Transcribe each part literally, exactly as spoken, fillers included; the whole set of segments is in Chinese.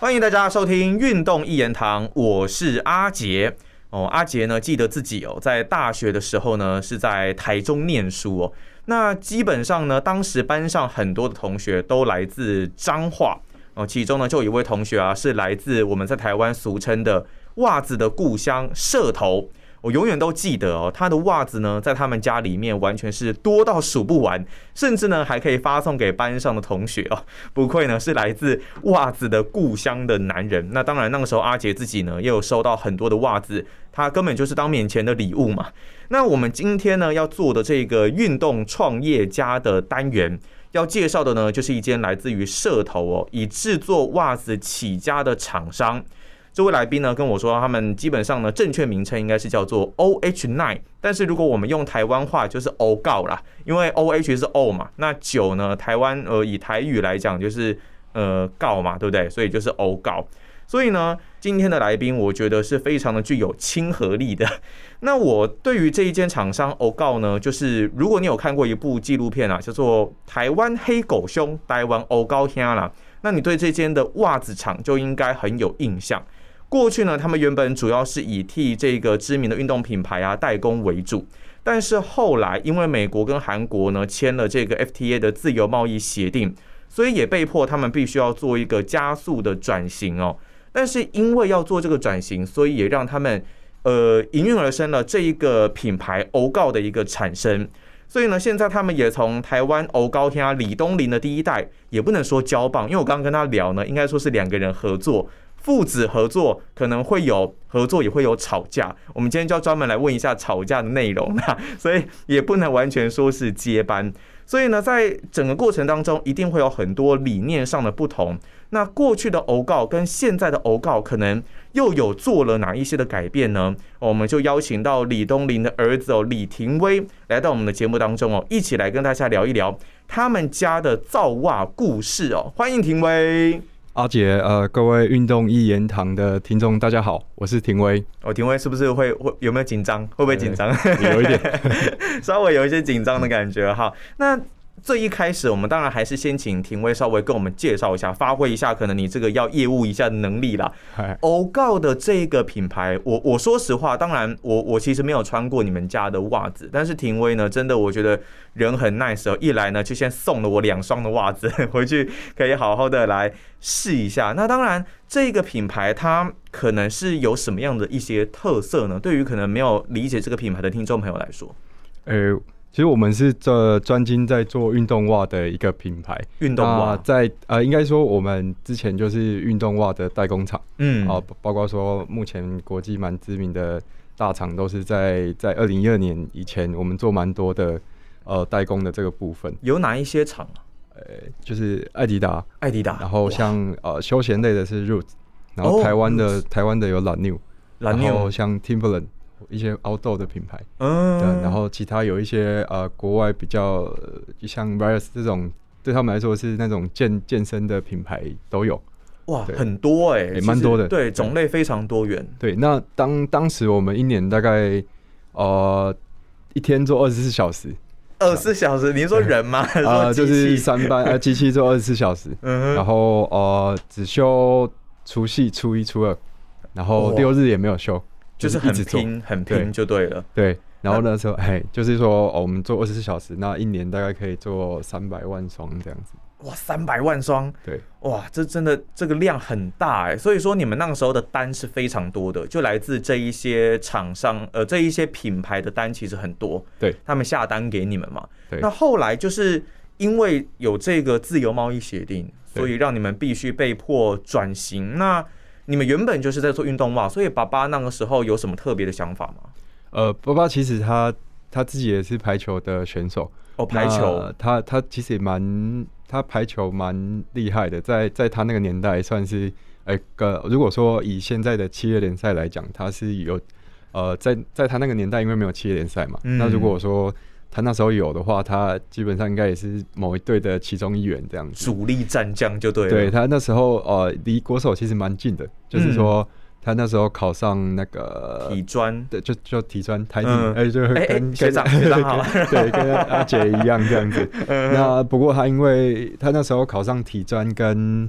欢迎大家收听运动一言堂，我是阿杰。哦，阿杰呢，记得自己哦，在大学的时候呢，是在台中念书哦。那基本上呢，当时班上很多的同学都来自彰化哦，其中呢，就有一位同学啊，是来自我们在台湾俗称的袜子的故乡社头。我永远都记得哦，他的袜子呢，在他们家里面完全是多到数不完，甚至呢还可以发送给班上的同学哦。不愧呢是来自袜子的故乡的男人。那当然，那个时候阿杰自己呢也有收到很多的袜子，他根本就是当免钱的礼物嘛。那我们今天呢要做的这个运动创业家的单元，要介绍的呢就是一间来自于社头哦，以制作袜子起家的厂商。这位来宾呢跟我说，他们基本上呢正确名称应该是叫做 O H 九， 但是如果我们用台湾话就是 O 告啦，因为 O H 是 O 嘛，那九呢台湾呃以台语来讲就是呃告嘛，对不对？所以就是 O 告。所以呢，今天的来宾我觉得是非常的具有亲和力的。那我对于这一间厂商 O 告呢，就是如果你有看过一部纪录片啊，叫做《台湾黑狗兄》，台湾 O 告兄啦，那你对这间的袜子厂就应该很有印象。过去呢，他们原本主要是以替这个知名的运动品牌啊代工为主，但是后来因为美国跟韩国呢签了这个 F T A 的自由贸易协定，所以也被迫他们必须要做一个加速的转型哦。但是因为要做这个转型，所以也让他们呃应运而生了这一个品牌欧告的一个产生。所以呢，现在他们也从台湾欧高天啊李东林的第一代，也不能说交棒，因为我刚刚跟他聊呢，应该说是两个人合作。父子合作可能会有合作，也会有吵架。我们今天就要专门来问一下吵架的内容啦，所以也不能完全说是接班。所以呢，在整个过程当中，一定会有很多理念上的不同。那过去的欧告跟现在的欧告，可能又有做了哪一些的改变呢？我们就邀请到李东林的儿子哦，李廷威来到我们的节目当中哦，一起来跟大家聊一聊他们家的造袜故事哦。欢迎廷威。 阿杰，呃，各位运动一言堂的听众，大家好，我是廷威。 哦，廷威是不是会会有没有紧张？会不会紧张？ 有一点， 稍微有一些紧张的感觉哈。那最一开始，我们当然还是先请廷威稍微跟我们介绍一下，发挥一下可能你这个要业务一下的能力啦。欧告的这个品牌，我我说实话，当然我我其实没有穿过你们家的袜子，但是廷威呢，真的我觉得人很 nice 哦。一来呢，就先送了我两双的袜子，回去可以好好的来试一下。那当然，这个品牌它可能是有什么样的一些特色呢？对于可能没有理解这个品牌的听众朋友来说， 呃。其实我们是这专精在做运动袜的一个品牌， 运动袜在呃，应该说我们之前就是运动袜的代工厂，嗯，啊，包括说目前国际蛮知名的大厂都是在在二零一二年以前，我们做蛮多的呃代工的这个部分。 有哪一些厂啊？ 呃，就是艾迪达， 艾迪达， 然后像呃休闲类的是 Roots， 然后台湾的、哦、台湾的有 La New， 然后像 Timberland。一些 outdoor 的品牌，嗯，然后其他有一些呃国外比较、呃、像 Riot 这种对他们来说是那种健健身的品牌都有， 哇，很多哎、欸， 也蛮多的， 对，种类非常多元。 对，那当当时我们一年大概呃一天做二十四小时， 二十四小时，你说人吗？ 啊、呃，就是三班呃机器做二十四小时，嗯，然后呃只休除夕、初一、初二，然后六日也没有休。 就是很拼，很拼就对了。 对，然后那时候，哎，就是说、哦，我们做二十四小时，那一年大概可以做三百万双这样子。 哇，三百万双！ 对， 哇，这真的这个量很大哎。所以说，你们那个时候的单是非常多的，就来自这一些厂商，呃，这一些品牌的单其实很多。 对， 他们下单给你们嘛。 对。 那后来就是因为有这个自由贸易协定，所以让你们必须被迫转型。那你们原本就是在做运动袜，所以爸爸那个时候有什么特别的想法吗？ 呃，爸爸其实他他自己也是排球的选手哦，排球， 他他其实也蛮他排球蛮厉害的，在在他那个年代算是，呃，个如果说以现在的企业联赛来讲，他是有呃在在他那个年代，因为没有企业联赛嘛，嗯、那如果说他那时候有的话，他基本上应该也是某一队的其中一员这样子， 主力战将就对了。 对，他那时候呃离国手其实蛮近的，就是说他那时候考上那个体专， 对，就就体专台体，哎、嗯，就跟、欸欸、 学长学长好， 对，跟阿姐一样这样子。嗯、那不过他因为他那时候考上体专跟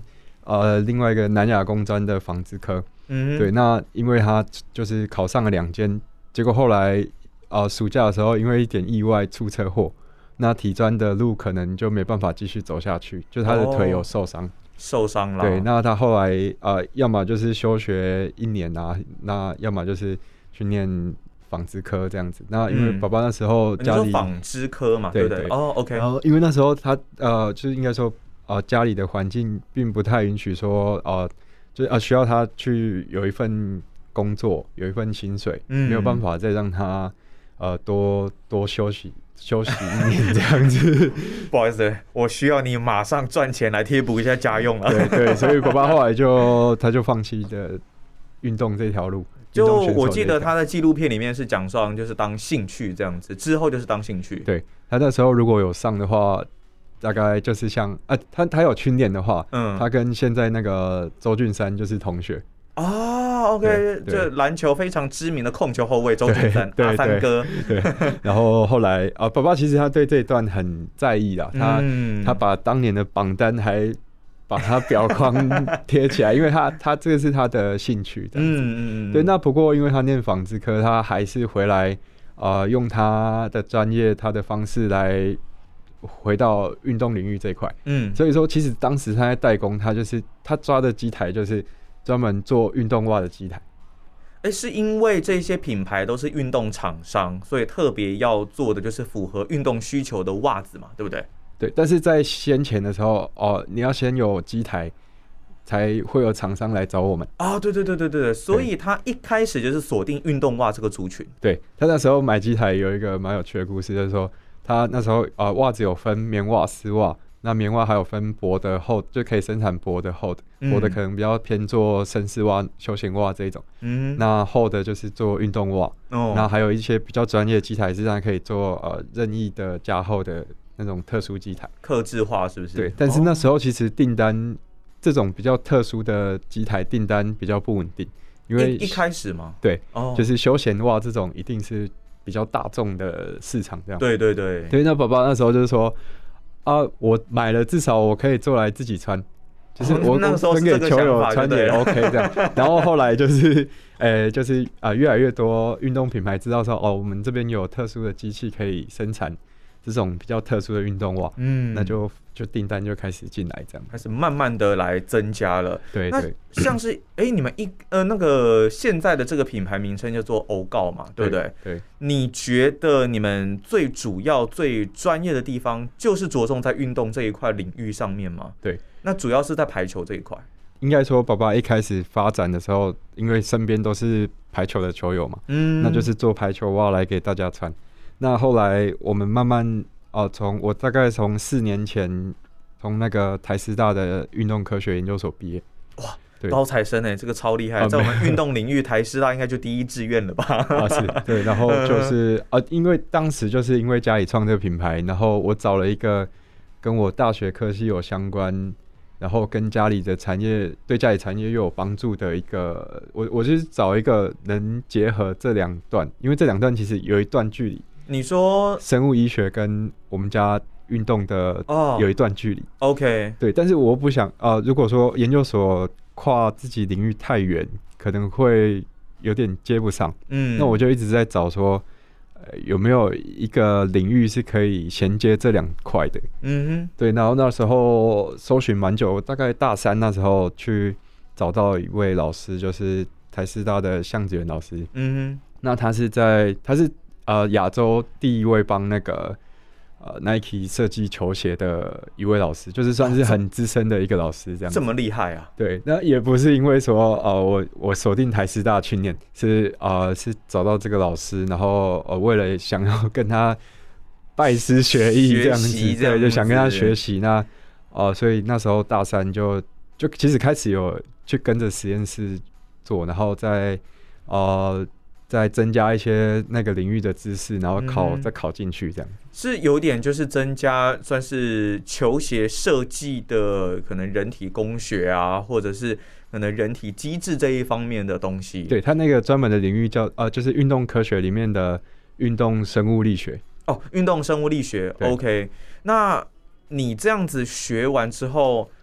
呃另外一个南亚工专的纺织科， 嗯， 对，那因为他就是考上了两间，结果后来呃暑假的时候因为一点意外出车祸，那体专的路可能就没办法继续走下去，就他的腿有受伤。哦受伤了， 对，那他后来呃，要么就是休学一年啊，那要么就是去念纺织科这样子。那因为爸爸那时候家里、 嗯、你说纺织科嘛，对不对？哦 ，OK。 然后因为那时候他呃，就是应该说呃，家里的环境并不太允许说呃，就是呃需要他去有一份工作，有一份薪水，嗯、没有办法再让他呃多多休息。休息一年这样子， 不好意思，我需要你马上赚钱来贴补一下家用了。 对对，所以爸爸后来就他就放弃了运动这条路。 就我记得他的纪录片里面是讲说，就是当兴趣这样子，之后就是当兴趣。 对，他那时候如果有上的话，大概就是像啊，他他有训练的话，嗯，他跟现在那个周俊山就是同学。 哦 ，OK， 这篮球非常知名的控球后卫周俊山，阿三哥。 对，然后后来啊，爸爸其实他对这一段很在意啦，他、嗯、他把当年的榜单还把他表框贴起来，因为他他这个是他的兴趣这样子。嗯嗯对，那不过因为他念纺织科，他还是回来呃用他的专业、他的方式来回到运动领域这一块。嗯，所以说其实当时他在代工，他就是他抓的机台就是专门做运动袜的机台。 哎，是因为这些品牌都是运动厂商，所以特别要做的就是符合运动需求的袜子嘛，对不对？ 对，但是在先前的时候，哦，你要先有机台，才会有厂商来找我们。 啊、哦，对对对对对，所以他一开始就是锁定运动袜这个族群。 对，他那时候买机台有一个蛮有趣的故事，就是说他那时候啊、呃、袜子有分棉袜、丝袜。那棉袜还有分薄的厚，就可以生产薄的厚的，薄的可能比较偏做绅士袜、休闲袜这一种。嗯，那厚的就是做运动袜。哦，那还有一些比较专业的机台，实际上可以做呃任意的加厚的那种特殊机台， 客制化是不是？ 对，但是那时候其实订单、哦、这种比较特殊的机台订单比较不稳定，因为一, 一开始嘛， 对，哦，就是休闲袜这种一定是比较大众的市场这样。 对对对， 所以那爸爸那时候就是说。啊，我买了，至少我可以做来自己穿，就是我分给球友穿也 OK 这样。然后后来就是，呃，就是啊、呃，越来越多运动品牌知道说，哦，我们这边有特殊的机器可以生产这种比较特殊的运动袜，嗯，那就就订单就开始进来，这样开始慢慢的来增加了。 对对， 像是哎、欸，你们一呃那个现在的这个品牌名称叫做欧告嘛，对不对？ 对。 你觉得你们最主要、最专业的地方，就是着重在运动这一块领域上面吗？ 对。 那主要是在排球这一块。 应该说，爸爸一开始发展的时候，因为身边都是排球的球友嘛，嗯，那就是做排球袜来给大家穿。那后来我们慢慢哦，从我大概从四年前从那个台师大的运动科学研究所毕业， 哇，高材生哎，这个超厉害，在我们运动领域，台师大应该就第一志愿了吧？ 啊，是对，然后就是啊，因为当时就是因为家里创这个品牌，然后我找了一个跟我大学科系有相关，然后跟家里的产业对家里产业又有帮助的一个，我我就是找一个能结合这两段，因为这两段其实有一段距离。 你说生物医学跟我们家运动的有一段距离、 哦、，OK， 对，但是我不想啊、呃，如果说研究所跨自己领域太远，可能会有点接不上，嗯，那我就一直在找说，呃，有没有一个领域是可以衔接这两块的，嗯哼，对，然后那时候搜寻蛮久，大概大三那时候去找到一位老师，就是台师大的向子元老师，嗯哼，那他是在他是。呃，亚洲第一位帮那个呃 Nike 设计球鞋的一位老师，就是算是很资深的一个老师，这样、哦、 这么厉害啊？ 对，那也不是因为说呃我我锁定台师大去念，是呃是找到这个老师，然后呃为了想要跟他拜师学艺这样子，对，就想跟他学习。那呃所以那时候大三就就其实开始有去跟着实验室做，然后在呃。再增加一些那个领域的知识，然后考、嗯、再考进去，这样是有点就是增加算是球鞋设计的可能人体工学啊，或者是可能人体机制这一方面的东西。 对，它那个专门的领域叫呃，就是运动科学里面的运动生物力学。 哦，运动生物力学 ，OK。那你这样子学完之后，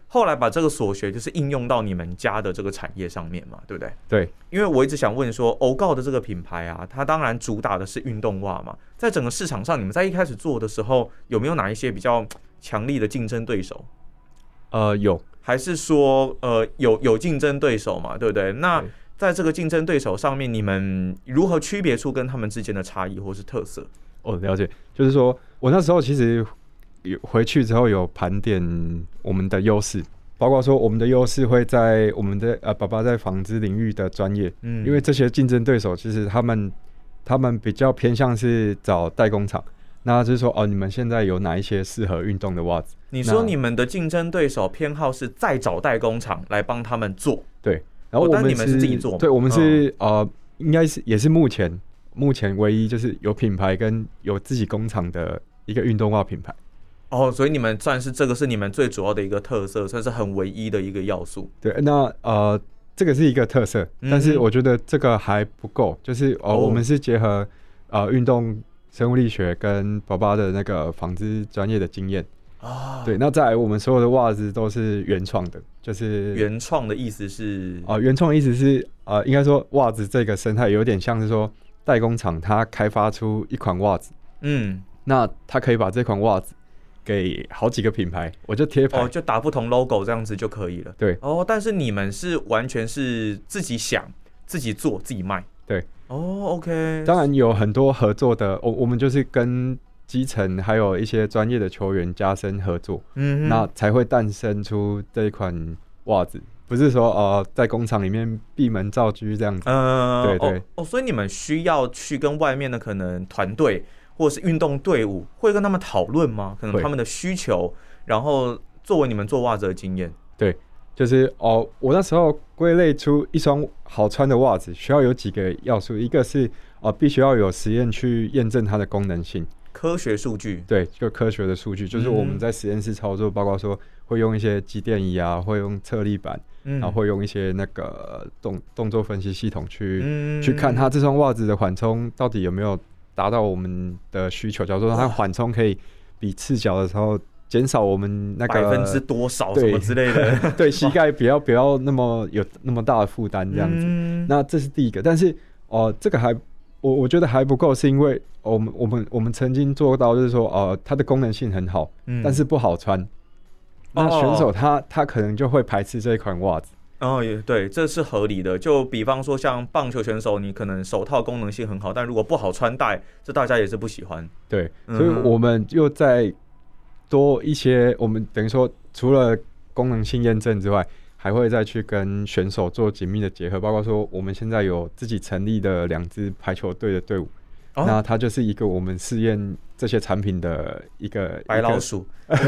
后来把这个所学就是应用到你们家的这个产业上面嘛，对不对？ 对， 因为我一直想问说，欧告的这个品牌啊，它当然主打的是运动袜嘛，在整个市场上，你们在一开始做的时候，有没有哪一些比较强力的竞争对手？ 呃，有， 还是说呃有有竞争对手嘛，对不对？那在这个竞争对手上面，你们如何区别出跟他们之间的差异或是特色？ 哦，了解，就是说我那时候其实有回去之后有盘点我们的优势，包括说我们的优势会在我们的呃爸爸在纺织领域的专业，嗯，因为这些竞争对手其实他们他们比较偏向是找代工厂，那就是说哦，你们现在有哪一些适合运动的袜子？ 你说你们的竞争对手偏好是再找代工厂来帮他们做， 对。然后我们 是,、哦、 你们是自己做， 对，我们是、嗯、呃，应该是也是目前目前唯一就是有品牌跟有自己工厂的一个运动袜品牌。 哦，所以你们算是这个是你们最主要的一个特色，算是很唯一的一个要素。 对，那呃，这个是一个特色， 嗯、 但是我觉得这个还不够，就是呃，哦、我们是结合呃运动生物力学跟爸爸的那个纺织专业的经验。啊，对，那再来我们所有的袜子都是原创的，就是原创的意思是啊、呃，原创的意思是呃，应该说袜子这个生态有点像是说代工厂它开发出一款袜子，嗯，那它可以把这款袜子给好几个品牌，我就贴牌， 哦，就打不同 logo 这样子就可以了。 对， 哦，但是你们是完全是自己想、自己做、自己卖。 对， 哦 ，OK， 当然有很多合作的，我我们就是跟基层还有一些专业的球员加深合作，嗯，那才会诞生出这一款袜子，不是说呃在工厂里面闭门造车这样子，嗯，对对哦, 哦，所以你们需要去跟外面的可能团队或者是运动队伍会跟他们讨论吗？可能他们的需求，然后作为你们做袜子的经验， 对，就是哦，我那时候归类出一双好穿的袜子需要有几个要素，一个是呃必须要有实验去验证它的功能性。 科学数据， 对，就科学的数据，就是我们在实验室操作，包括说会用一些肌电仪啊，会用测力板，嗯、然后会用一些那个动动作分析系统去、嗯、去看它这双袜子的缓冲到底有没有达到我们的需求。假如说它缓冲可以比赤脚的时候减少我们那个百分之多少什么之类的， 对，膝盖不要不要那么有那么大的负担这样子、嗯。那这是第一个，但是哦、呃，这个还。我我觉得还不够，是因为我们我们我们曾经做到，就是说，呃，它的功能性很好，嗯、但是不好穿。那选手他、哦、他可能就会排斥这一款袜子。 哦，也对，这是合理的。就比方说，像棒球选手，你可能手套功能性很好，但如果不好穿戴，这大家也是不喜欢。 对，所以我们又再多一些，我们等于说，除了功能性验证之外。还会再去跟选手做紧密的结合，包括说我们现在有自己成立的两支排球队的队伍，哦、那它就是一个我们试验这些产品的一个白老鼠，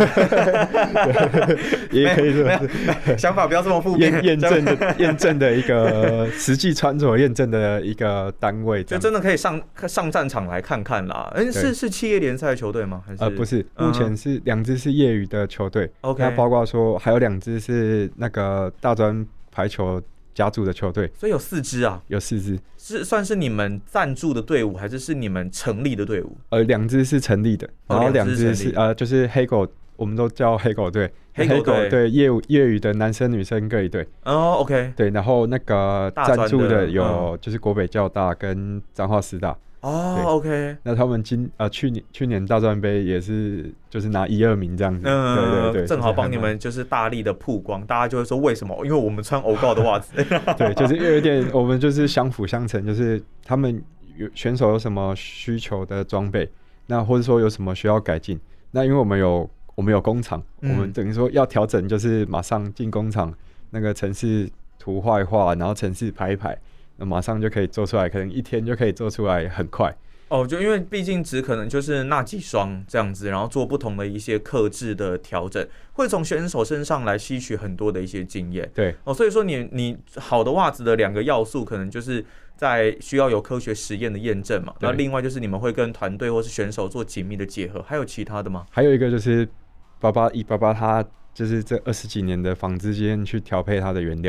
也可以说想法不要这么负面， 验证的验证的一个实际穿着验证的一个单位， 就真的可以上上战场来看看啦。嗯、欸，是是企业联赛的球队吗？还是呃不是，目前是两支是业余的球队。 OK， 那包括说还有两支是那个大专排球甲组的球队， 所以有四支啊， 有四支， 是算是你们赞助的队伍，还是是你们成立的队伍？ 呃，两支是成立的，然后两支是、哦、呃，就是黑狗，我们都叫黑狗队， 黑狗队对业务业余的男生女生各一队。 哦 ，OK， 对，然后那个赞助的有就是国北教大跟彰化师大。 哦 ，OK， 那他们今呃去年去年大专杯也是就是拿一二名这样子，嗯，对对对， 正好帮你们就是大力的曝光，大家就会说为什么？因为我们穿欧告的袜子， 对，就是有一点我们就是相辅相成，就是他们有选手有什么需求的装备，那或者说有什么需要改进，那因为我们有我们有工厂，嗯、我们等于说要调整，就是马上进工厂那个程式图画一画，然后程式排一排。那马上就可以做出来，可能一天就可以做出来，很快。 哦，就因为毕竟只可能就是那几双这样子，然后做不同的一些客制的调整，会从选手身上来吸取很多的一些经验。 对， 哦，所以说你你好的袜子的两个要素，可能就是在需要有科学实验的验证嘛。那另外就是你们会跟团队或是选手做紧密的结合，还有其他的吗？ 还有一个就是爸爸以爸爸他就是这二十几年的纺织经验去调配它的原料。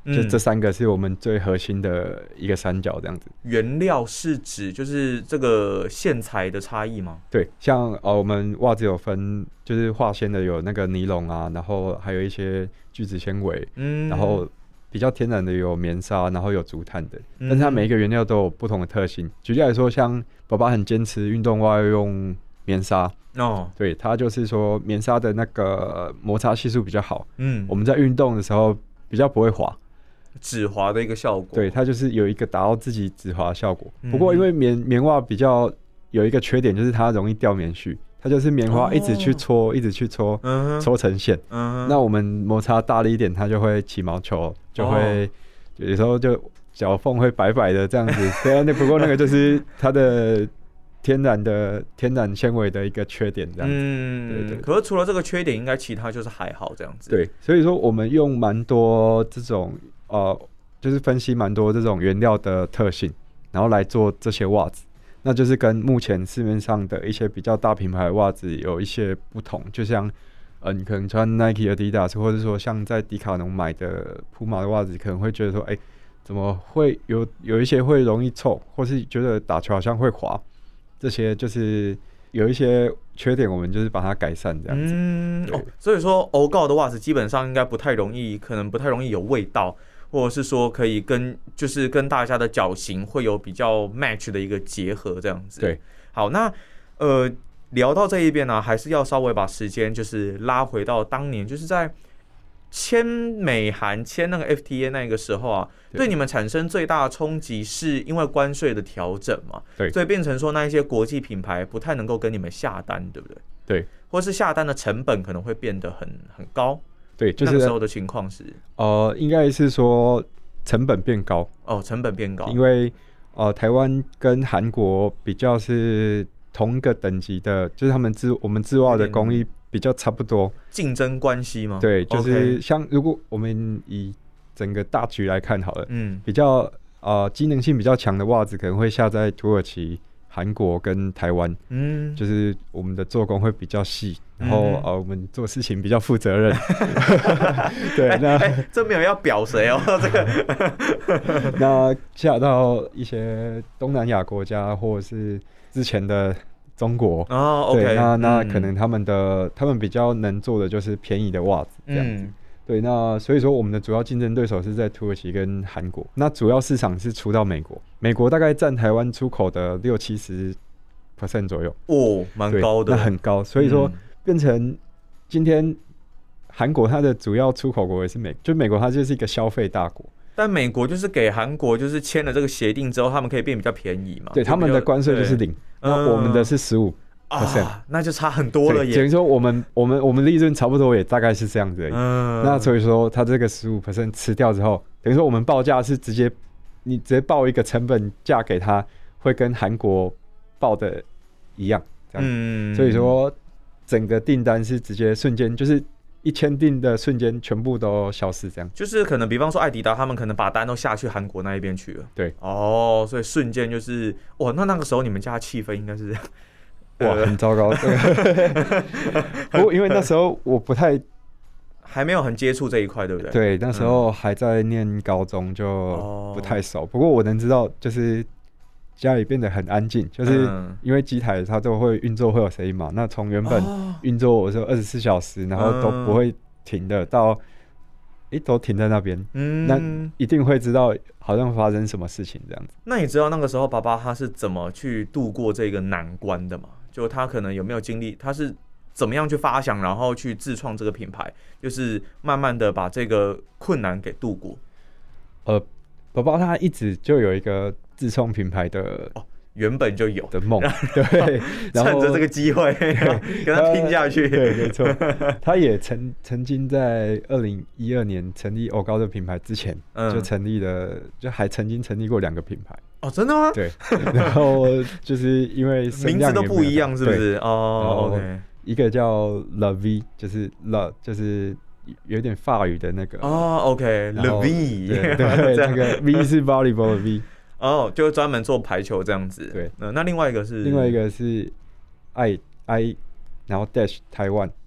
就这三个是我们最核心的一个三角，这样子。 原料是指就是这个线材的差异吗？ 对，像呃我们袜子有分，就是化纤的有那个尼龙啊，然后还有一些聚酯纤维，嗯，然后比较天然的有棉纱，然后有竹炭的，但是它每一个原料都有不同的特性。举例来说，像爸爸很坚持运动袜要用棉纱。哦，对，它就是说棉纱的那个摩擦系数比较好，嗯，我们在运动的时候比较不会滑。 止滑的一个效果， 对，它就是有一个达到自己止滑的效果。不过因为棉棉袜比较有一个缺点，就是它容易掉棉絮，它就是棉花一直去搓，哦、一直去搓，嗯、搓成线。嗯、那我们摩擦大力一点，它就会起毛球，就会、哦、有时候就脚缝会白白的这样子。对啊，那不过那个就是它的天然的天然纤维的一个缺点，这样子。嗯，对 对, 对。 可是除了这个缺点，应该其他就是还好这样子。 对，所以说我们用蛮多这种。呃，就是分析蛮多这种原料的特性，然后来做这些袜子，那就是跟目前市面上的一些比较大品牌的袜子有一些不同。就像呃，你可能穿 Nike、Adidas， 或者说像在迪卡侬买的普马的袜子，可能会觉得说，哎、欸，怎么会有有一些会容易臭，或是觉得打球好像会滑，这些就是有一些缺点，我们就是把它改善这样子。嗯， 哦，所以说欧告的袜子基本上应该不太容易，可能不太容易有味道。或者是说可以跟就是跟大家的脚型会有比较 match 的一个结合这样子。 对， 好，那呃聊到这一边呢、啊，还是要稍微把时间就是拉回到当年，就是在签美韩签那个 F T A 那个时候啊，对, 对你们产生最大的冲击是因为关税的调整嘛？ 对， 所以变成说那一些国际品牌不太能够跟你们下单，对不对？ 对， 或是下单的成本可能会变得很很高。 对，就是那个时候的情况是， 呃，应该是说成本变高哦，成本变高， 因为呃，台湾跟韩国比较是同一个等级的，就是他们织我们织袜的工艺比较差不多， 竞争关系吗？ 对，就是像如果我们以整个大局来看好了，嗯，比较呃机能性比较强的袜子可能会下在土耳其、韩国跟台湾，嗯，就是我们的做工会比较细。然后、嗯、呃，我们做事情比较负责任。对，那、 欸欸、这没有要表谁哦，这个。 那下到一些东南亚国家，或者是之前的中国， 哦 ，OK， 对，那那可能他们的、嗯、他们比较能做的就是便宜的袜子这样子。嗯、对，那所以说我们的主要竞争对手是在土耳其跟韩国，那主要市场是出到美国，美国大概占台湾出口的六七十 percent 左右。 哦，蛮高的， 那很高，所以说。嗯变成今天韩国它的主要出口国也是美，就美国它就是一个消费大国， 但美国就是给韩国就是签了这个协定之后，他们可以变比较便宜嘛？ 对，他们的关税就是零，那我们的是十五 percent， 那就差很多了耶。 等于说我们我们我们利润差不多也大概是这样子而已。嗯、那所以说它这个十五 percent 吃掉之后，等于说我们报价是直接你直接报一个成本价给他，会跟韩国报的一样，这样。嗯、所以说。整个订单是直接瞬间，就是一签订的瞬间全部都消失，这样。 就是可能比方说艾迪达他们可能把单都下去韩国那一边去了。 对， 哦，所以瞬间就是哇，那那个时候你们家气氛应该是哇很糟糕。不过因为那时候我不太还没有很接触这一块，对不对？ 对，那时候还在念高中，就不太熟。嗯、不过我能知道就是。家里变得很安静，就是因为机台它都会运作会有声音嘛。那从原本运作我说二十四小时，然后都不会停的，到哎、欸、都停在那边，嗯，那一定会知道好像发生什么事情这样子。 那你知道那个时候爸爸他是怎么去度过这个难关的吗？就他可能有没有经历，他是怎么样去发想，然后去自创这个品牌，就是慢慢的把这个困难给度过。 呃，爸爸他一直就有一个。自创品牌的、 哦、原本就有的梦，对， 然后趁着这个机会跟他拼下去。 对，没错。他也曾曾经在二零一二年成立欧高的品牌之前，嗯、就成立了，就还曾经成立过两个品牌。 哦，真的吗？ 对。然后就是因为名字都不一样，是不是？哦 ，OK。 一个叫 La V， 就是 La， 就是有点法语的那个。 哦 ，OK，La V， 对对，那个 V 是 volleyball 的 V。 哦，就专门做排球这样子。 对， 嗯，那另外一个是另外一个是 I I， 然后 Dash 台湾。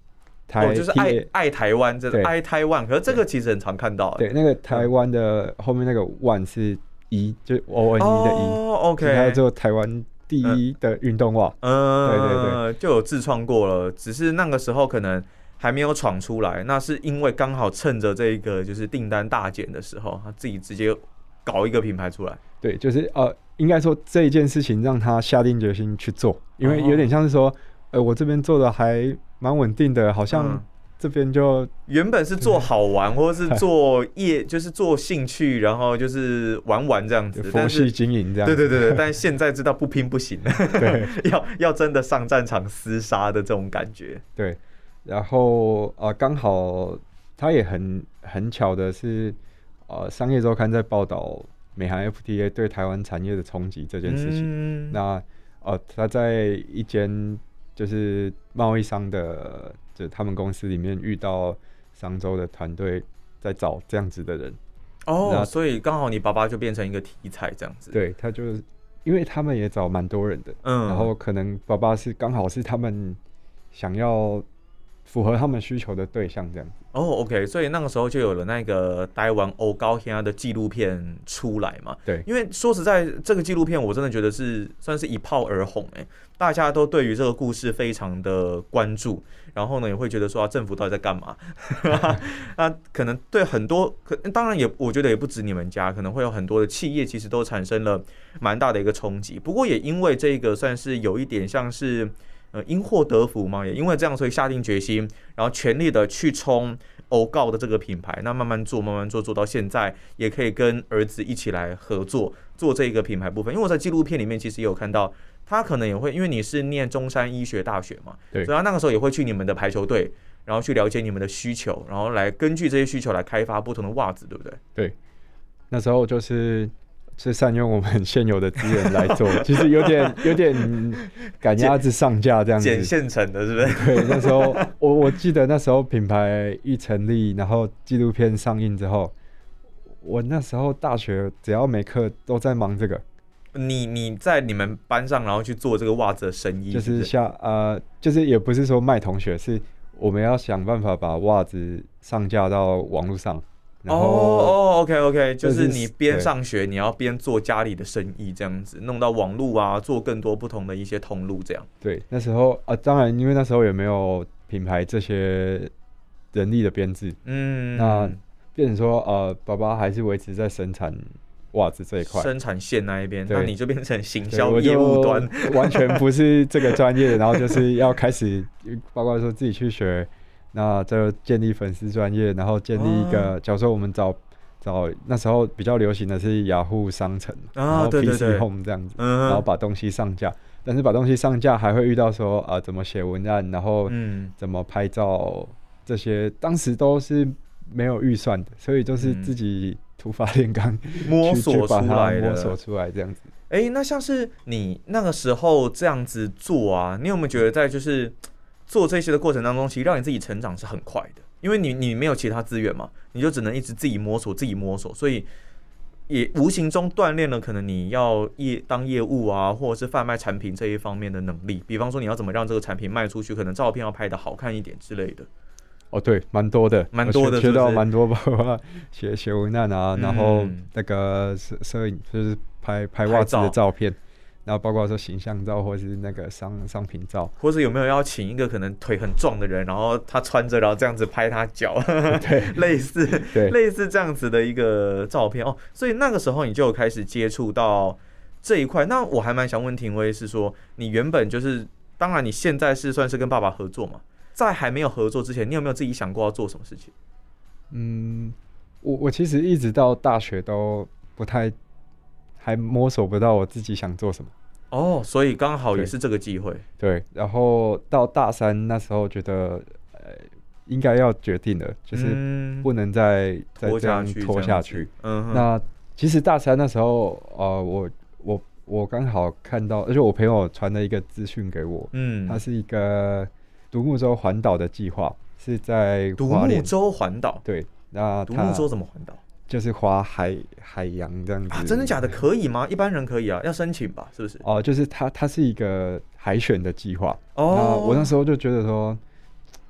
台、 哦、就是爱爱台湾，这爱台湾，可是这个其实很常看到。 对，那个台湾的后面那个万是一，就 O N E 的一。 哦 ，OK， 它做台湾第一的运动袜。 嗯， 对对对， 就有自创过了，只是那个时候可能还没有闯出来，那是因为刚好趁着这个就是订单大减的时候，他自己直接搞一个品牌出来。 对，就是呃，应该说这一件事情让他下定决心去做，因为有点像是说，呃，我这边做的还蛮稳定的，好像这边就、嗯、 原本是做好玩，或者是做业，就是做兴趣，然后就是玩玩这样子， 佛系经营这样子。 对对对对，但现在知道不拼不行，对，要要真的上战场厮杀的这种感觉。 对，然后呃，刚好他也很很巧的是，呃，商业周刊在报道美韩 F T A 对台湾产业的冲击这件事情。嗯、那呃，他在一间就是贸易商的，就他们公司里面遇到商周的团队在找这样子的人。 哦，所以刚好你爸爸就变成一个题材这样子。 对，他就是因为他们也找蛮多人的，嗯，然后可能爸爸是刚好是他们想要符合他们需求的对象这样子。 哦 ，OK， 所以那个时候就有了那个台湾欧高天的纪录片出来嘛。 对， 因为说实在，这个纪录片我真的觉得是算是一炮而红哎、欸，大家都对于这个故事非常的关注，然后呢也会觉得说、啊、政府到底在干嘛？那可能对很多，可当然也我觉得也不止你们家，可能会有很多的企业其实都产生了蛮大的一个冲击。不过也因为这个算是有一点像是。呃，因祸得福嘛，也因为这样，所以下定决心，然后全力的去冲欧告的这个品牌，那慢慢做，慢慢做，做到现在，也可以跟儿子一起来合作做这个品牌部分。因为我在纪录片里面其实也有看到，他可能也会，因为你是念中山医学大学嘛，对，所以他那个时候也会去你们的排球队，然后去了解你们的需求，然后来根据这些需求来开发不同的袜子，对不对？ 对，那时候就是。是善用我们现有的资源来做，其实有点有点赶鸭子上架这样子， 捡现成的，是不是？ 对，那时候我我记得那时候品牌一成立，然后纪录片上映之后，我那时候大学只要没课都在忙这个。 你你在你们班上，然后去做这个袜子的生意， 就是像呃，就是也不是说卖同学，是我们要想办法把袜子上架到网络上。 哦哦 ，OK OK， 就是你边上学，你要边做家里的生意，这样子弄到网路啊，做更多不同的一些通路，这样。 对，那时候啊，当然因为那时候也没有品牌这些人力的编制，嗯，那变成说呃，爸爸还是维持在生产袜子这一块， 生产线那一边，那你就变成行销业务端， 完全不是这个专业，然后就是要开始，包括说自己去学。那就建立粉丝专页，然后建立一个，哦、假如说我们找找那时候比较流行的是雅虎商城，啊、然后 P C Home 这样子，嗯、然后把东西上架。但是把东西上架还会遇到说啊、呃、怎么写文案，然后怎么拍照这些，当时都是没有预算的，所以都是自己土法炼钢、嗯、 摸索出来的， 摸索出来这样子。 哎、欸，那像是你那个时候这样子做啊，你有没有觉得在就是做这些的过程当中，其实让你自己成长是很快的，因为你你没有其他资源嘛，你就只能一直自己摸索，自己摸索，所以也无形中锻炼了可能你要业当业务啊，或者是贩卖产品这一方面的能力。比方说你要怎么让这个产品卖出去，可能照片要拍得好看一点之类的。 哦，对，蛮多的， 蛮多的， 学到蛮多，包括写写文案啊，然后那个摄摄影就是拍拍袜子的照片。然后包括说形象照，或是那个商商品照， 或者有没有要请一个可能腿很壮的人，然后他穿着，然后这样子拍他脚，对，类似对类似这样子的一个照片哦。所以那个时候你就开始接触到这一块。那我还蛮想问廷威是说，你原本就是，当然你现在是算是跟爸爸合作嘛，在还没有合作之前，你有没有自己想过要做什么事情？ 嗯，我我其实一直到大学都不太。还摸索不到我自己想做什么哦，所以刚好也是这个机会。 对，然后到大三那时候觉得，呃，应该要决定了，就是不能再、嗯、再这样拖下去。嗯，那其实大三那时候，呃，我我我刚好看到，而且我朋友传了一个资讯给我，嗯，它是一个独木舟环岛的计划，是在独木舟环岛。 对，那独木舟怎么环岛？ 就是划海海洋这样子啊？真的假的？可以吗？一般人可以啊，要申请吧？是不是？ 哦、呃，就是它它是一个海选的计划。哦，那我那时候就觉得说，就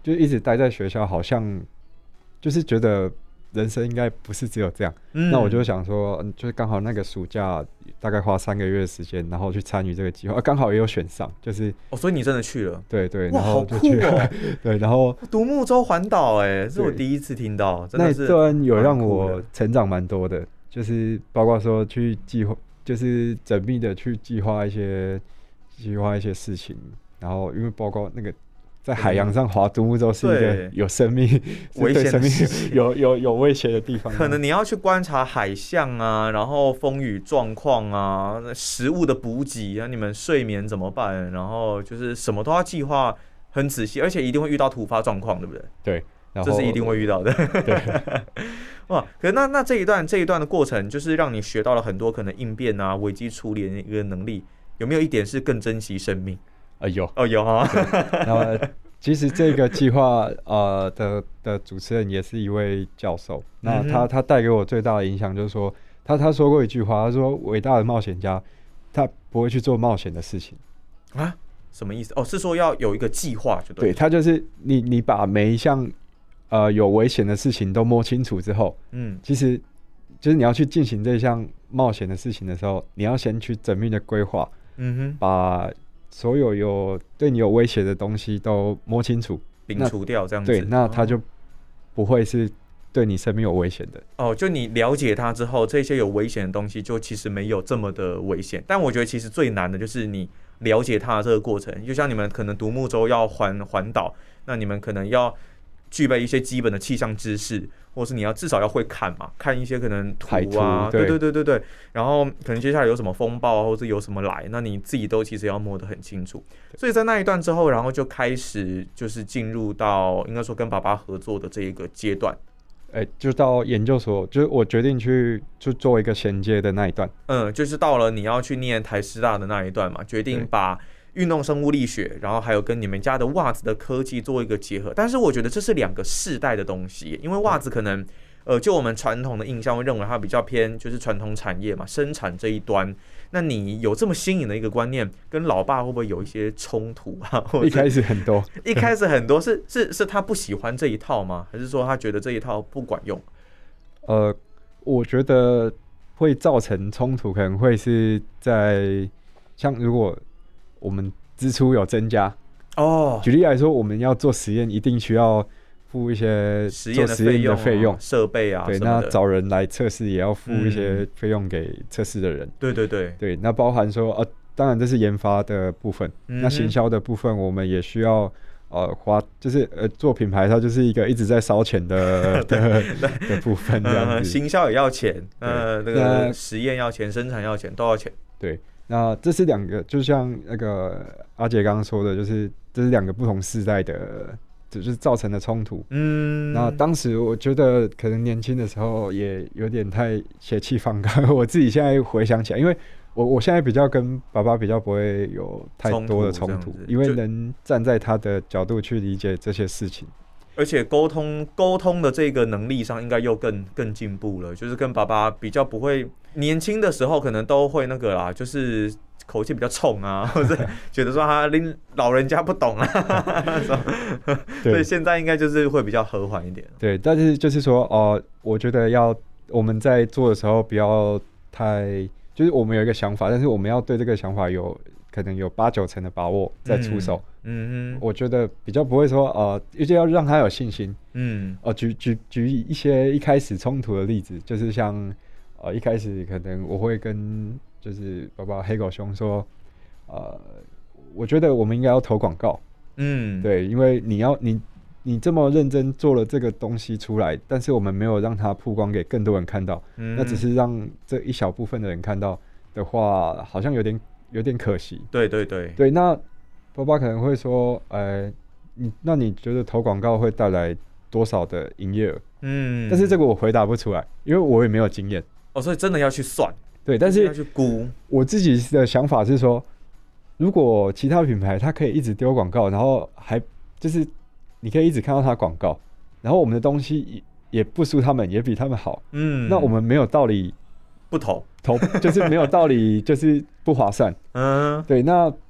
就一直待在学校，好像就是觉得人生应该不是只有这样。嗯、那我就想说，就是刚好那个暑假大概花三个月的时间，然后去参与这个计划，刚、啊、好也有选上，就是哦，所以你真的去了？ 对对， 哇， 然后就去好酷哦！ 对，然后独木舟环岛，哎，是我第一次听到，真的是那一段有让我成长蛮多的，就是包括说去计划，就是缜密的去计划一些计划一些事情，然后因为包括那个。在海洋上划独木舟是一个有生命、 危险、 生命有有有威胁的地方。 可能你要去观察海象啊，然后风雨状况啊，食物的补给啊，你们睡眠怎么办？然后就是什么都要计划很仔细，而且一定会遇到突发状况，对不对？ 对， 这是一定会遇到的。对，哇，可是那那这一段这一段的过程，就是让你学到了很多可能应变啊、危机处理的一个能力。有没有一点是更珍惜生命？ 啊、呃、有哦有啊， 然后其实这个计划呃的的主持人也是一位教授，那他他带给我最大的影响就是说，他他说过一句话，他说伟大的冒险家他不会去做冒险的事情啊，什么意思？哦，是说要有一个计划就对。 对，他就是你你把每一项呃有危险的事情都摸清楚之后，嗯，其实就是你要去进行这一项冒险的事情的时候，你要先去缜密的规划，嗯哼，把所有有对你有威胁的东西都摸清楚， 摒除掉这样子。 对，那它就不会是对你生命有危险的。 哦，就你了解它之后，这些有危险的东西就其实没有这么的危险。但我觉得其实最难的就是你了解它的这个过程。就像你们可能独木舟要环环岛，那你们可能要具备一些基本的气象知识，或是你要至少要会看嘛，看一些可能图啊，对对对对对，然后可能接下来有什么风暴啊，或者有什么来，那你自己都其实要摸得很清楚。所以在那一段之后，然后就开始就是进入到应该说跟爸爸合作的这一个阶段。 哎、欸，就到研究所，就是我决定去就做一个衔接的那一段。 嗯，就是到了你要去念台师大的那一段嘛，决定把运动生物力学，然后还有跟你们家的袜子的科技做一个结合。但是我觉得这是两个世代的东西，因为袜子可能，呃，就我们传统的印象会认为它比较偏就是传统产业嘛，生产这一端。那你有这么新颖的一个观念，跟老爸会不会有一些冲突啊？ 一开始很多， 一开始很多是是是他不喜欢这一套吗？还是说他觉得这一套不管用？ 呃，我觉得会造成冲突，可能会是在像如果我们支出有增加哦，举例来说，我们要做实验，一定需要付一些实验的费用、 设备啊， 对，那找人来测试也要付一些费用给测试的人。嗯、 对对对对，那包含说呃，当然这是研发的部分，嗯、那行销的部分我们也需要呃花，就是呃做品牌，它就是一个一直在烧钱的的的部分这样子。 嗯、行销也要钱，呃，那个实验要钱，生产要钱，都要钱。 对，那这是两个，就像那个阿杰刚刚说的，就是这是两个不同世代的。就是造成的冲突，嗯，那当时我觉得可能年轻的时候也有点太血气方刚。我自己现在回想起来，因为我我现在比较跟爸爸比较不会有太多的冲突，因为能站在他的角度去理解这些事情， 而且沟通沟通的这个能力上应该又更更进步了。就是跟爸爸比较不会，年轻的时候可能都会那个啦，就是口气比较冲啊，或者觉得说他拎老人家不懂啊，所以现在应该就是会比较和缓一点。 对，但是就是说哦、呃，我觉得要我们在做的时候不要太，就是我们有一个想法，但是我们要对这个想法有可能有八九成的把握再出手。嗯嗯，我觉得比较不会说呃，而且要让他有信心。嗯，哦、呃，举举举一些一开始冲突的例子，就是像呃一开始可能我会跟就是爸爸黑狗兄说，呃，我觉得我们应该要投广告。嗯，对，因为你要你你这么认真做了这个东西出来，但是我们没有让它曝光给更多人看到，嗯、那只是让这一小部分的人看到的话，好像有点有点可惜。 对对对对，那爸爸可能会说，呃，你那你觉得投广告会带来多少的营业额？嗯，但是这个我回答不出来，因为我也没有经验。 哦，所以真的要去算。 对，但是要去估。 我自己的想法是说，如果其他品牌它可以一直丢广告，然后还就是你可以一直看到它广告，然后我们的东西也不输他们，也比他们好，嗯，那我们没有道理不投投，就是没有道理，就是不划算。嗯，对，那变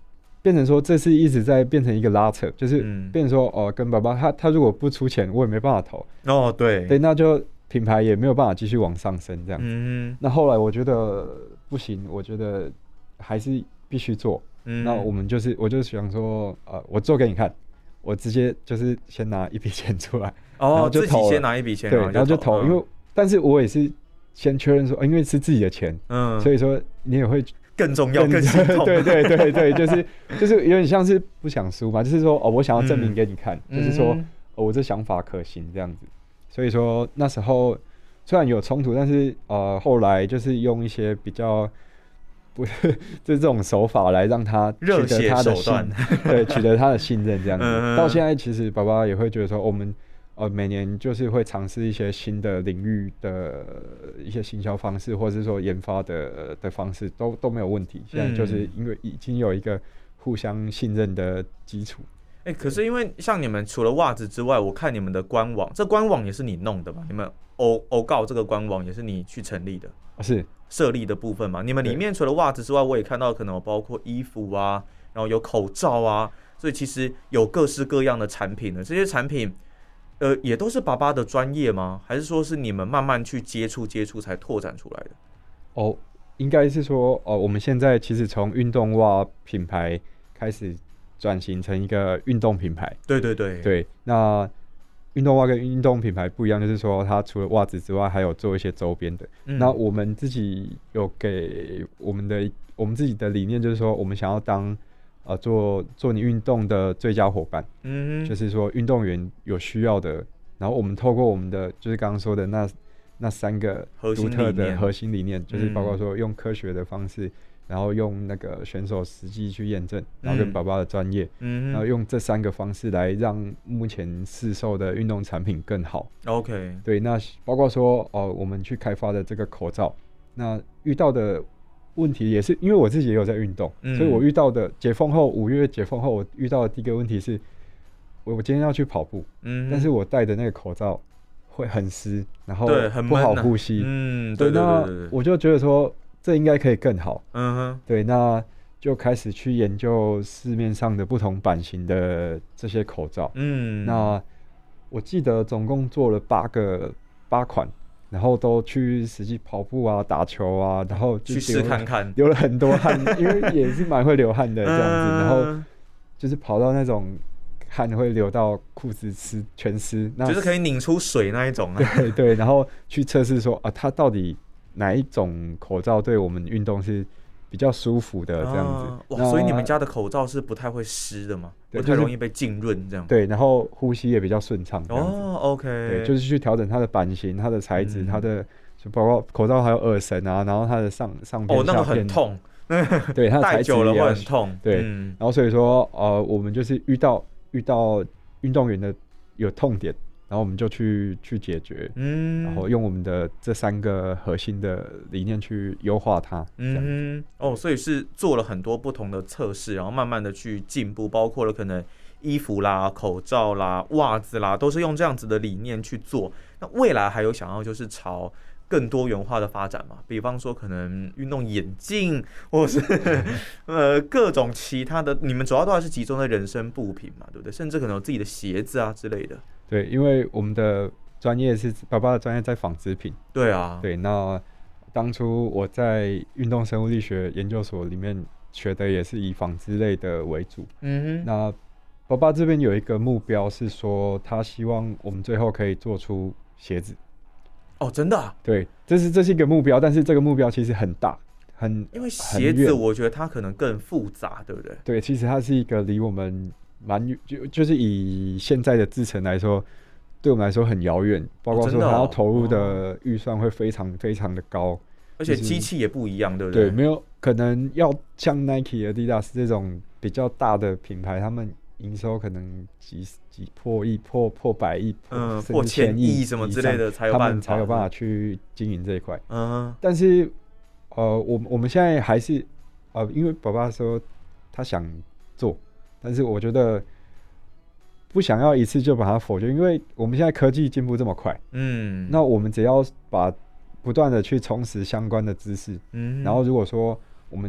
变成说这是一直在变成一个拉扯，就是嗯变成说哦、呃，跟爸爸他他如果不出钱，我也没办法投。 哦，对对，那就品牌也没有办法继续往上升这样子。 嗯那后来我觉得不行，我觉得还是必须做。 嗯那我们就是我就想说，呃，我做给你看，我直接就是先拿一笔钱出来，然哦， 后就自己投了先拿一笔钱， 对，然后就投， 嗯因为但是我也是先确认说，呃因为是自己的钱， 嗯， 所以说你也会更重要、更心痛。 对对对对，就是就是有点像是不想输嘛，就是说哦，我想要证明给你看， 嗯就是说、 嗯哦、我这想法可行这样子。所以说那时候虽然有冲突，但是呃后来就是用一些比较不就是这种手法来让他取热血得他的信手段， 对，取得他的信任这样子。 嗯到现在其实爸爸也会觉得说，我们呃每年就是会尝试一些新的领域的一些行销方式，或者是说研发的的方式，都都没有问题。现在就是因为已经有一个互相信任的基础。 哎、欸，可是因为像你们除了袜子之外，我看你们的官网，这官网也是你弄的吧？你们欧欧告这个官网也是你去成立的， 是设立的部分嘛？你们里面除了袜子之外，我也看到可能有包括衣服啊，然后有口罩啊，所以其实有各式各样的产品的这些产品，呃，也都是爸爸的专业吗？还是说是你们慢慢去接触接触才拓展出来的？ 哦，应该是说哦，我们现在其实从运动袜品牌开始转型成一个运动品牌。 对对对对，那运动袜跟运动品牌不一样，就是说它除了袜子之外，还有做一些周边的。嗯、那我们自己有给我们的我们自己的理念，就是说我们想要当呃做做你运动的最佳伙伴。嗯，就是说运动员有需要的，然后我们透过我们的就是刚刚说的那那三个独特的核心理念，就是包括说用科学的方式。然后用那个选手实际去验证，然后跟爸爸的专业，嗯，然后用这三个方式来让目前市售的运动产品更好。 OK， 对，那包括说哦、呃，我们去开发的这个口罩，那遇到的问题也是因为我自己也有在运动，嗯、所以我遇到的解封后五月解封后，我遇到的第一个问题是，我我今天要去跑步，嗯，但是我戴的那个口罩会很湿，然后不好呼吸， 嗯，对对对对对， 那我就觉得说。这应该可以更好， 嗯哼， 对，那就开始去研究市面上的不同版型的这些口罩，嗯，那我记得总共做了八个八款，然后都去实际跑步啊、打球啊，然后去试看看， 流了很多汗，因为也是蛮会流汗的这样子，嗯、然后就是跑到那种汗会流到裤子湿全湿，那就是可以拧出水那一种啊， 对对，然后去测试说啊，它到底。哪一种口罩对我们运动是比较舒服的这样子？啊、 哇，所以你们家的口罩是不太会湿的嘛？不太容易被浸润这样。 对，然后呼吸也比较顺畅。 哦 ，OK。 对，就是去调整它的版型、它的材质、嗯、它的就包括口罩还有耳绳啊，然后它的上上片、 哦，那个很痛。 对，它的材质戴久了会很痛。 对，嗯、然后所以说呃，我们就是遇到遇到运动员的有痛点。然后我们就去去解决，嗯，然后用我们的这三个核心的理念去优化它， 嗯，哦，所以是做了很多不同的测试，然后慢慢的去进步，包括了可能衣服啦、口罩啦、袜子啦，都是用这样子的理念去做。那未来还有想要就是朝更多元化的发展嘛？比方说可能运动眼镜，或是呃各种其他的，你们主要都还是集中在人身部品嘛，对不对？甚至可能有自己的鞋子啊之类的。 对，因为我们的专业是爸爸的专业在纺织品。 对啊。 对，那当初我在运动生物力学研究所里面学的也是以纺织类的为主。嗯哼。那爸爸这边有一个目标是说，他希望我们最后可以做出鞋子。 哦，真的、啊？ 对，这是这是一个目标，但是这个目标其实很大，很因为鞋子我觉得它可能更复杂，对不对？ 对，其实它是一个离我们。蛮就就是以现在的制程来说，对我们来说很遥远，包括说它要投入的预算会非常非常的高， 而且机器也不一样，对不对？ 对，没有可能要像 Nike、Adidas 这种比较大的品牌，他们营收可能几几破亿、破破百亿、 嗯，破千亿什么之类的才有办法， 他们才有办法去经营这一块。嗯，但是呃，我我们现在还是呃，因为爸爸说他想做。但是我觉得不想要一次就把它否决，因为我们现在科技进步这么快，嗯，那我们只要把不断的去充实相关的知识，嗯，然后如果说我们今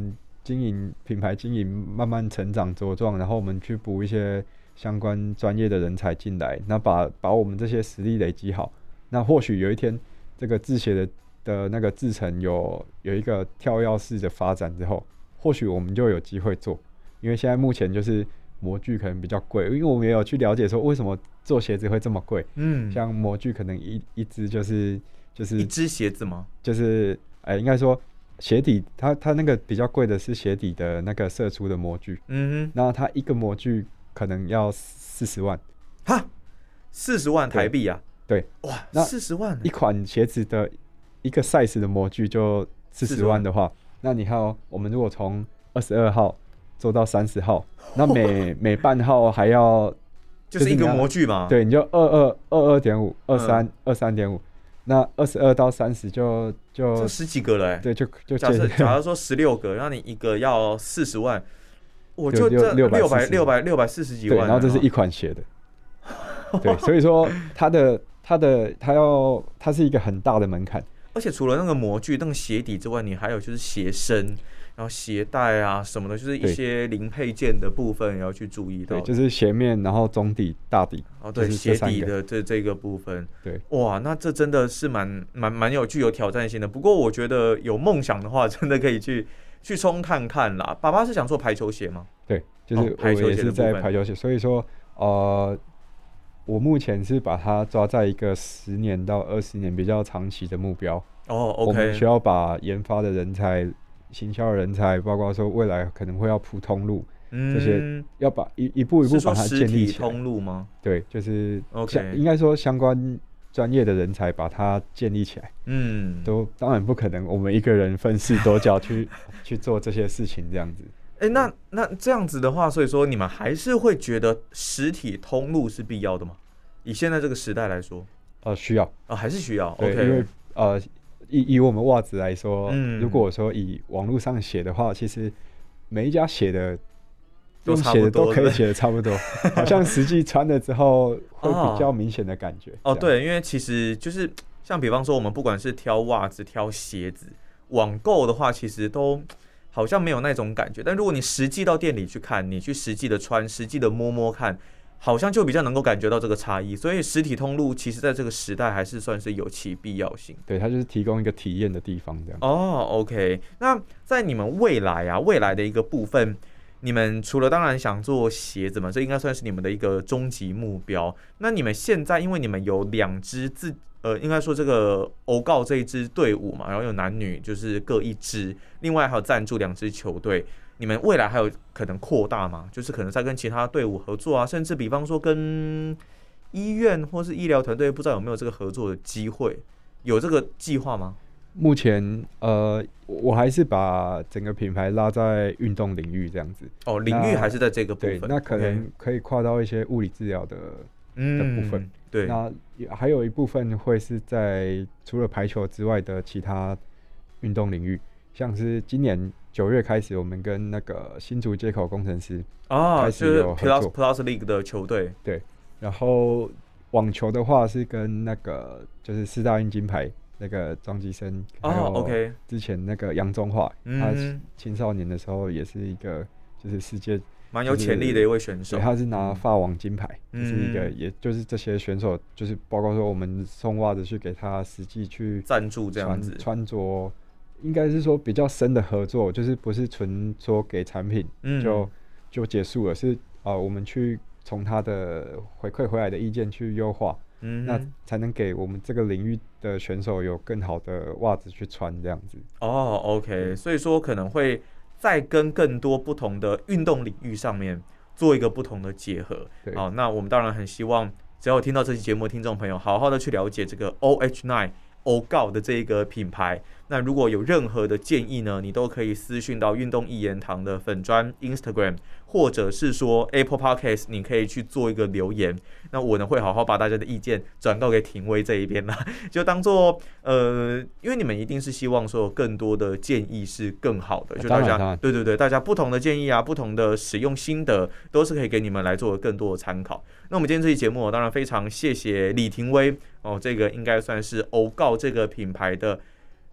经营品牌经营慢慢成长茁壮，然后我们去补一些相关专业的人才进来，那把把我们这些实力累积好，那或许有一天这个制鞋的的那个制程有有一个跳跃式的发展之后，或许我们就有机会做，因为现在目前就是模具可能比较贵，因为我们也有去了解说为什么做鞋子会这么贵，嗯，像模具可能一一只就是就是一只鞋子吗？ 就是哎、欸，应该说鞋底它它那个比较贵的是鞋底的那个射出的模具，嗯哼，然后它一个模具可能要四十万， 哈，四十万台币啊？ 对， 哇，那四十万， 一款鞋子的一个 size 的模具就四十万的话，那你看哦，我们如果从二十二号做到三十号，那每每半号还要就是一个模具嘛， 对，你就二二二二点五，二三二三点五。那二十二到三十就就就十几个了、欸， 对，就就假设假如说十六个，然后你一个要四十万，我就这六百六百六百四十几万， 对，然后这是一款鞋的，对，所以说它的它的它要它是一个很大的门槛， 而且除了那个模具、那个鞋底之外，你还有就是鞋身，然后鞋带啊什么的，就是一些零配件的部分也要去注意到。 对，就是鞋面，然后中底、大底。 哦，对，鞋底的这这个部分。 对， 哇，那这真的是蛮蛮蛮有具有挑战性的。不过我觉得有梦想的话，真的可以去去冲看看啦。爸爸是想做排球鞋吗？ 对，就是我也是在排球鞋，所以说呃，我目前是把它抓在一个十年到二十年比较长期的目标。 哦 ，OK， 我们需要把研发的人才、行销的人才，包括说未来可能会要铺通路。嗯、这些要把一一步一步把它建立起来。 通路吗？ 对，就是 OK， 应该说相关专业的人才把它建立起来。嗯，都当然不可能，我们一个人分饰多角去去做这些事情，这样子。 哎、欸，那那这样子的话，所以说你们还是会觉得实体通路是必要的吗？以现在这个时代来说， 呃，需要啊、 呃，还是需要。 对 OK， 因为呃，以以我们袜子来说，嗯、如果说以网络上写的话，其实每一家写的。用写的都可以写的差不多，好像实际穿了之后会比较明显的感觉。 哦，对，因为其实就是像比方说，我们不管是挑袜子、挑鞋子，网购的话，其实都好像没有那种感觉。但如果你实际到店里去看，你去实际的穿、实际的摸摸看，好像就比较能够感觉到这个差异。所以实体通路其实在这个时代还是算是有其必要性。 对，它就是提供一个体验的地方这样。 哦 ，OK， 那在你们未来啊，未来的一个部分。你们除了当然想做鞋子嘛，这应该算是你们的一个终极目标。那你们现在，因为你们有两支自呃，应该说这个欧告这一支队伍嘛，然后有男女就是各一支，另外还有赞助两支球队。你们未来还有可能扩大吗？就是可能在跟其他队伍合作啊，甚至比方说跟医院或是医疗团队，不知道有没有这个合作的机会？有这个计划吗？ 目前呃，我还是把整个品牌拉在运动领域这样子。 哦，领域还是在这个部分。 对，那可能可以跨到一些物理治疗的、嗯、的部分。 对， 那还有一部分会是在除了排球之外的其他运动领域，像是今年九月开始，我们跟那个新竹街口工程师啊， 开始有合作 Plus Plus League 的球队。 对，然后网球的话是跟那个就是四大运金牌。那个庄吉生，还有之前那个杨中华，哦 okay 他青少年的时候也是一个就是世界蛮有潜力的一位选手。 对，他是拿法网金牌，嗯、是一个也就是这些选手，就是包括说我们送袜子去给他实际去赞助这样子穿着，应该是说比较深的合作，就是不是纯说给产品就、嗯、就结束了，是啊、呃，我们去从他的回馈回来的意见去优化。嗯，那才能给我们这个领域的选手有更好的袜子去穿，这样子。 哦 ，OK， 所以说可能会再跟更多不同的运动领域上面做一个不同的结合。好，那我们当然很希望，只要有听到这期节目的听众朋友，好好的去了解这个 O H 九 欧告的这一个品牌。那如果有任何的建议呢，你都可以私讯到运动一言堂的粉专 Instagram， 或者是说 Apple Podcast， 你可以去做一个留言。那我呢会好好把大家的意见转告给廷威这一边啦，就当做呃，因为你们一定是希望说有更多的建议是更好的，就大家对对对，大家不同的建议啊，不同的使用心得都是可以给你们来做更多的参考。那我们今天这期节目，当然非常谢谢李廷威哦，这个应该算是欧告这个品牌的。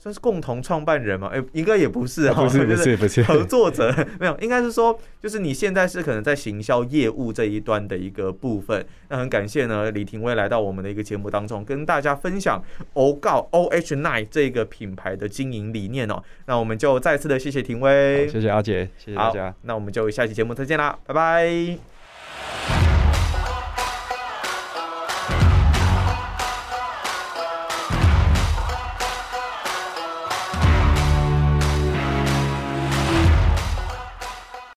算是共同创办人嘛？哎、欸，应该也不是啊， 不是不是不是合作者，没有，应该是说，就是你现在是可能在行销业务这一端的一个部分。那很感谢呢，李廷威来到我们的一个节目当中，跟大家分享 O G A O H 九 这个品牌的经营理念哦。那我们就再次的谢谢廷威， 谢谢阿杰，谢谢大家。 那我们就下期节目再见啦，拜拜。